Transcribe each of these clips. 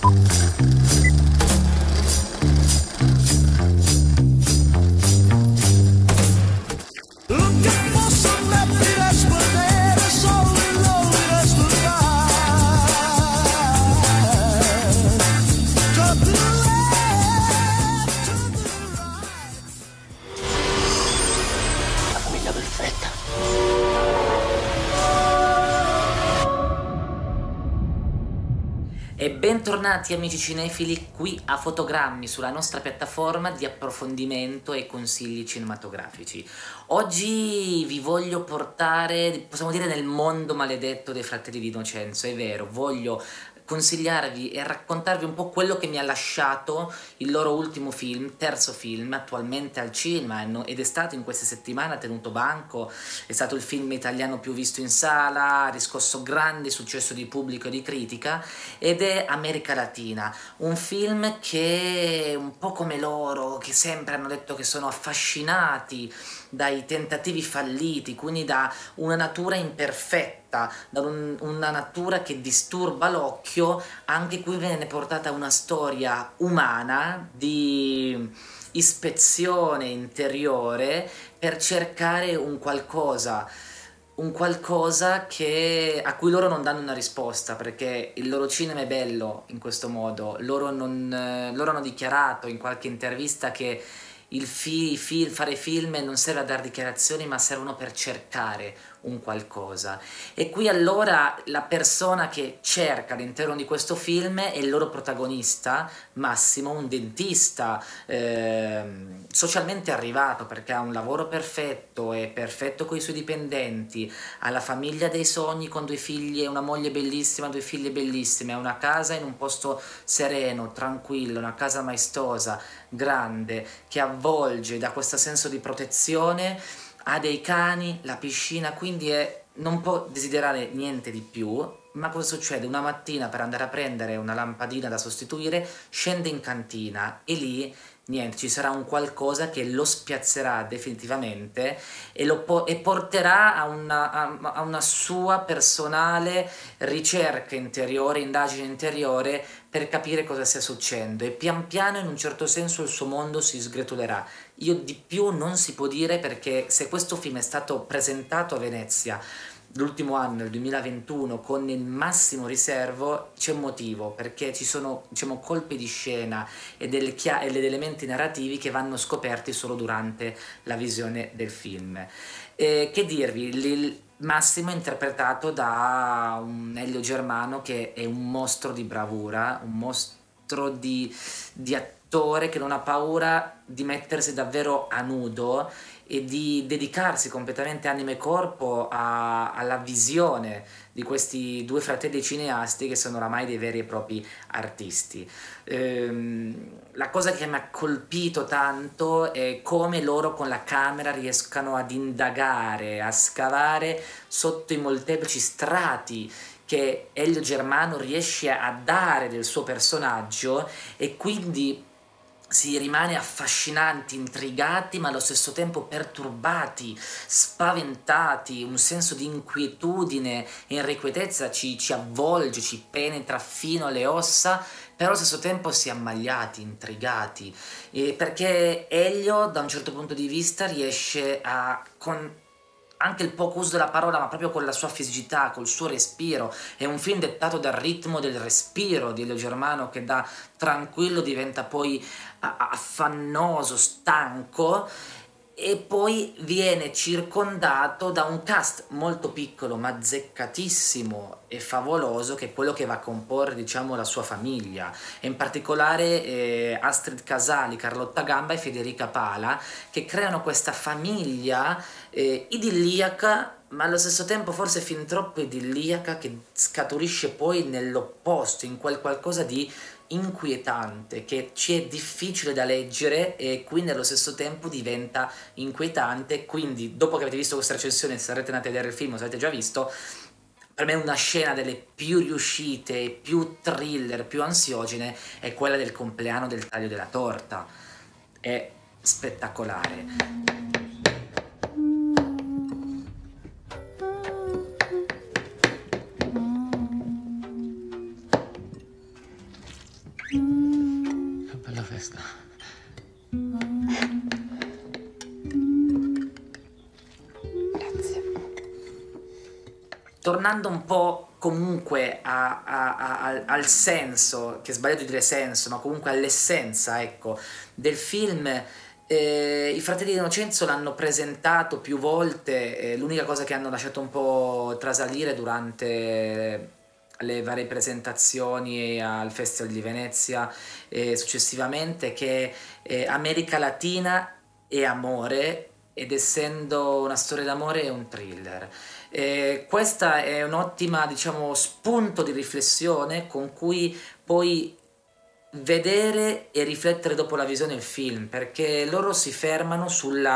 E bentornati amici cinefili qui a Fotogrammi, sulla nostra piattaforma di approfondimento e consigli cinematografici. Oggi vi voglio portare, possiamo dire, nel mondo maledetto dei Fratelli di Innocenzo. È vero, voglio consigliarvi e raccontarvi un po' quello che mi ha lasciato il loro ultimo film, terzo film, attualmente al cinema ed è stato in queste settimane, ha tenuto banco, è stato il film italiano più visto in sala, ha riscosso grande successo di pubblico e di critica, ed è America Latina, un film che un po' come loro, che sempre hanno detto che sono affascinati dai tentativi falliti, quindi da una natura imperfetta, da una natura che disturba l'occhio. Anche qui viene portata una storia umana di ispezione interiore per cercare un qualcosa a cui loro non danno una risposta, perché il loro cinema è bello in questo modo. Loro hanno dichiarato in qualche intervista che fare film non serve a dare dichiarazioni, ma servono per cercare un qualcosa. E qui allora la persona che cerca all'interno di questo film è il loro protagonista Massimo, un dentista socialmente arrivato, perché ha un lavoro perfetto, è perfetto con i suoi dipendenti, ha la famiglia dei sogni con 2 figli e una moglie bellissima, 2 figlie bellissime, ha una casa in un posto sereno, tranquillo, una casa maestosa, grande, che avvolge da questo senso di protezione, ha dei cani, la piscina, quindi non può desiderare niente di più. Ma cosa succede? Una mattina, per andare a prendere una lampadina da sostituire, scende in cantina e lì niente, ci sarà un qualcosa che lo spiazzerà definitivamente e porterà a una sua personale ricerca interiore, indagine interiore, per capire cosa stia succedendo, e pian piano in un certo senso il suo mondo si sgretolerà. Io di più non si può dire, perché se questo film è stato presentato a Venezia l'ultimo anno, il 2021, con il massimo riservo, c'è un motivo, perché ci sono, diciamo, colpi di scena e degli elementi narrativi che vanno scoperti solo durante la visione del film. Che dirvi, Massimo è interpretato da un Elio Germano che è un mostro di bravura, un mostro di attore che non ha paura di mettersi davvero a nudo e di dedicarsi completamente anima e corpo alla visione di questi 2 fratelli cineasti che sono oramai dei veri e propri artisti. La cosa che mi ha colpito tanto è come loro con la camera riescano ad indagare, a scavare sotto i molteplici strati che Elio Germano riesce a dare del suo personaggio, e quindi si rimane affascinanti, intrigati, ma allo stesso tempo perturbati, spaventati. Un senso di inquietudine e irrequietezza ci avvolge, ci penetra fino alle ossa, però allo stesso tempo si è ammagliati, intrigati, perché Elio da un certo punto di vista riesce con anche il poco uso della parola, ma proprio con la sua fisicità, col suo respiro. È un film dettato dal ritmo del respiro di Elio Germano, che da tranquillo diventa poi affannoso, stanco, e poi viene circondato da un cast molto piccolo ma azzeccatissimo e favoloso, che è quello che va a comporre, diciamo, la sua famiglia, e in particolare Astrid Casali, Carlotta Gamba e Federica Pala, che creano questa famiglia idilliaca, ma allo stesso tempo forse fin troppo idilliaca, che scaturisce poi nell'opposto, in quel qualcosa di inquietante che ci è difficile da leggere e quindi allo stesso tempo diventa inquietante. Quindi, dopo che avete visto questa recensione, se sarete andati a vedere il film o se avete già visto, per me una scena delle più riuscite, più thriller, più ansiogene è quella del compleanno del taglio della torta. È spettacolare. tornando un po' comunque al senso, che è sbagliato dire senso, ma comunque all'essenza, ecco, del film, i Fratelli di Innocenzo l'hanno presentato più volte, l'unica cosa che hanno lasciato un po' trasalire durante le varie presentazioni al Festival di Venezia e successivamente, che America Latina è amore, ed essendo una storia d'amore è un thriller. Questa è un'ottima, diciamo, spunto di riflessione con cui poi vedere e riflettere dopo la visione del film, perché loro si fermano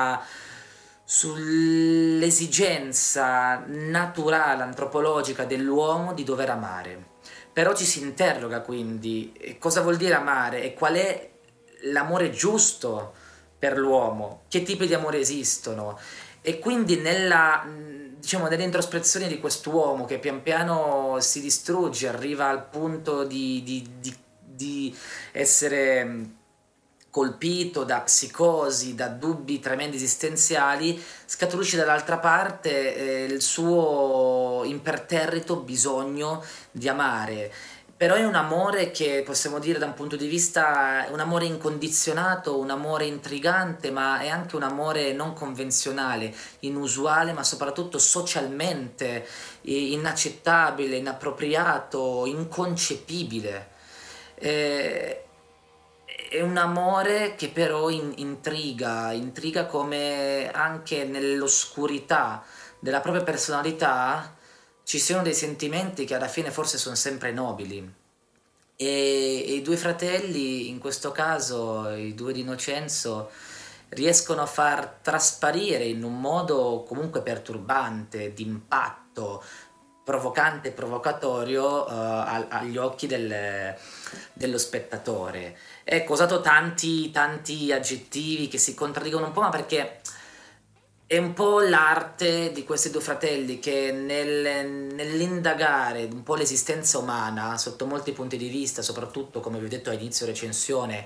sull'esigenza naturale, antropologica dell'uomo di dover amare. Però ci si interroga quindi cosa vuol dire amare e qual è l'amore giusto per l'uomo, che tipi di amore esistono. E quindi diciamo, nell'introspezione di quest'uomo che pian piano si distrugge, arriva al punto di essere colpito da psicosi, da dubbi tremendi esistenziali, scaturisce dall'altra parte il suo imperterrito bisogno di amare. Però è un amore che possiamo dire da un punto di vista, un amore incondizionato, un amore intrigante, ma è anche un amore non convenzionale, inusuale, ma soprattutto socialmente inaccettabile, inappropriato, inconcepibile. Eh, è un amore che però intriga come anche nell'oscurità della propria personalità ci siano dei sentimenti che alla fine forse sono sempre nobili. E i due fratelli, in questo caso i due di Innocenzo, riescono a far trasparire in un modo comunque perturbante, d'impatto, provocante e provocatorio agli occhi dello spettatore. Ecco, ho usato tanti aggettivi che si contraddicono un po', ma perché è un po' l'arte di questi due fratelli che nell'indagare un po' l'esistenza umana sotto molti punti di vista, soprattutto come vi ho detto a inizio recensione,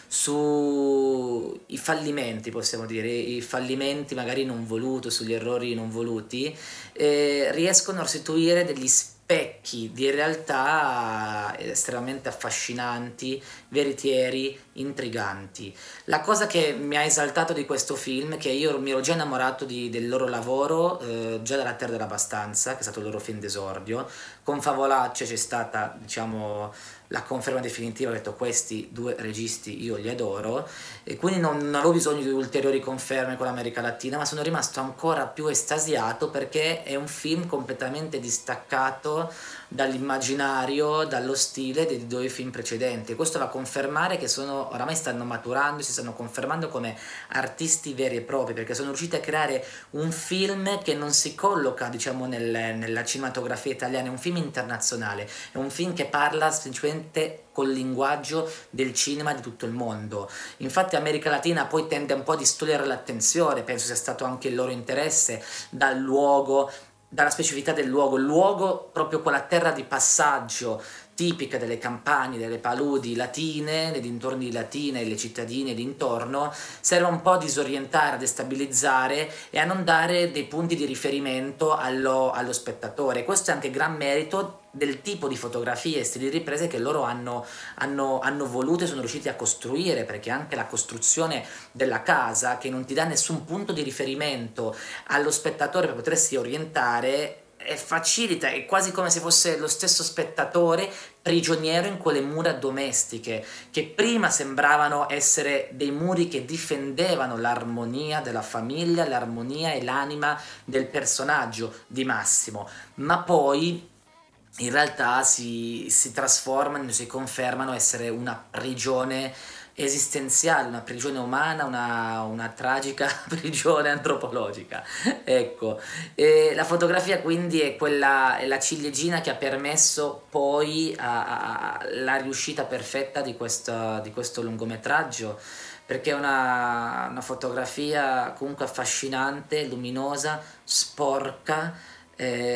sui fallimenti, possiamo dire, i fallimenti magari non voluti, sugli errori non voluti, riescono a restituire degli specchi di realtà estremamente affascinanti, veritieri, intriganti. La cosa che mi ha esaltato di questo film è che io mi ero già innamorato del loro lavoro già dalla Terra dell'Abbastanza, che è stato il loro film d'esordio. Con Favolacce c'è stata, diciamo, la conferma definitiva, ho detto questi due registi io li adoro, e quindi non avevo bisogno di ulteriori conferme con l'America Latina, ma sono rimasto ancora più estasiato perché è un film completamente distaccato dall'immaginario, dallo stile dei due film precedenti. Questo va a confermare che oramai stanno maturando, si stanno confermando come artisti veri e propri, perché sono riusciti a creare un film che non si colloca, diciamo, nella cinematografia italiana, è un film internazionale, è un film che parla semplicemente col linguaggio del cinema di tutto il mondo. Infatti America Latina poi tende un po' a distogliere l'attenzione, penso sia stato anche il loro interesse, dal luogo, dalla specificità del luogo, il luogo proprio quella terra di passaggio tipica delle campagne, delle paludi latine, nei dintorni di Latina e le cittadine d'intorno, serve un po' a disorientare, a destabilizzare e a non dare dei punti di riferimento allo spettatore. Questo è anche gran merito del tipo di fotografie e stili di riprese che loro hanno voluto e sono riusciti a costruire, perché anche la costruzione della casa, che non ti dà nessun punto di riferimento allo spettatore per potersi orientare, facilita, è quasi come se fosse lo stesso spettatore prigioniero in quelle mura domestiche, che prima sembravano essere dei muri che difendevano l'armonia della famiglia, l'armonia e l'anima del personaggio di Massimo, ma poi in realtà si trasformano, si confermano essere una prigione esistenziale, una prigione umana, una tragica prigione antropologica. Ecco, e la fotografia quindi è la ciliegina che ha permesso poi la riuscita perfetta di questo lungometraggio, perché è una fotografia comunque affascinante, luminosa, sporca,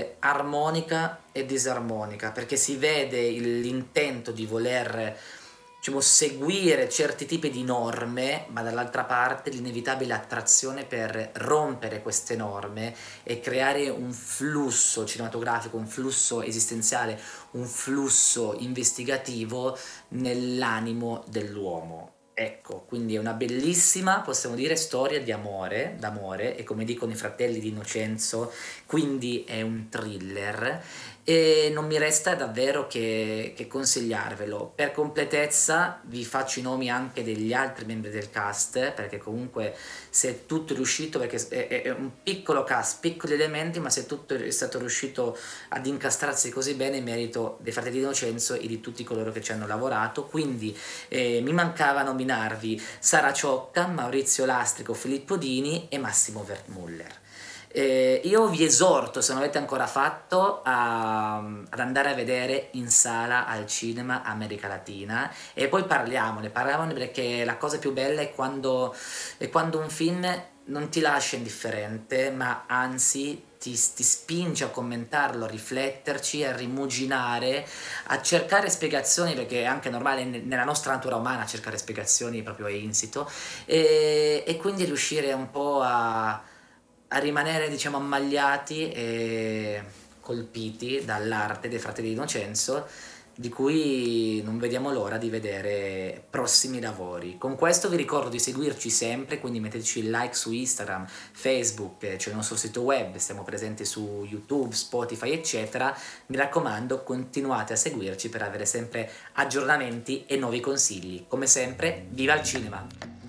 armonica e disarmonica, perché si vede l'intento di voler diciamo, seguire certi tipi di norme, ma dall'altra parte l'inevitabile attrazione per rompere queste norme e creare un flusso cinematografico, un flusso esistenziale, un flusso investigativo nell'animo dell'uomo. Ecco, quindi è una bellissima, possiamo dire, storia di amore, d'amore, e come dicono i fratelli di Innocenzo, quindi è un thriller e non mi resta davvero che consigliarvelo. Per completezza vi faccio i nomi anche degli altri membri del cast, perché comunque se è tutto riuscito, perché è un piccolo cast, piccoli elementi, ma se tutto è stato riuscito ad incastrarsi così bene in merito dei fratelli di Innocenzo e di tutti coloro che ci hanno lavorato. Quindi mi mancava nominarvi Sara Ciocca, Maurizio Lastrico, Filippo Dini e Massimo Wertmuller. Io vi esorto, se non l'avete ancora fatto, ad andare a vedere in sala al cinema America Latina e poi parliamone perché la cosa più bella è quando un film non ti lascia indifferente, ma anzi ti spinge a commentarlo, a rifletterci, a rimuginare, a cercare spiegazioni, perché è anche normale nella nostra natura umana cercare spiegazioni, proprio è insito, e quindi riuscire un po' a rimanere, diciamo, ammagliati e colpiti dall'arte dei fratelli di Innocenzo, di cui non vediamo l'ora di vedere prossimi lavori. Con questo vi ricordo di seguirci sempre, quindi metteteci il like su Instagram, Facebook, c'è il nostro sito web, siamo presenti su YouTube, Spotify, eccetera. Mi raccomando, continuate a seguirci per avere sempre aggiornamenti e nuovi consigli. Come sempre, viva il cinema!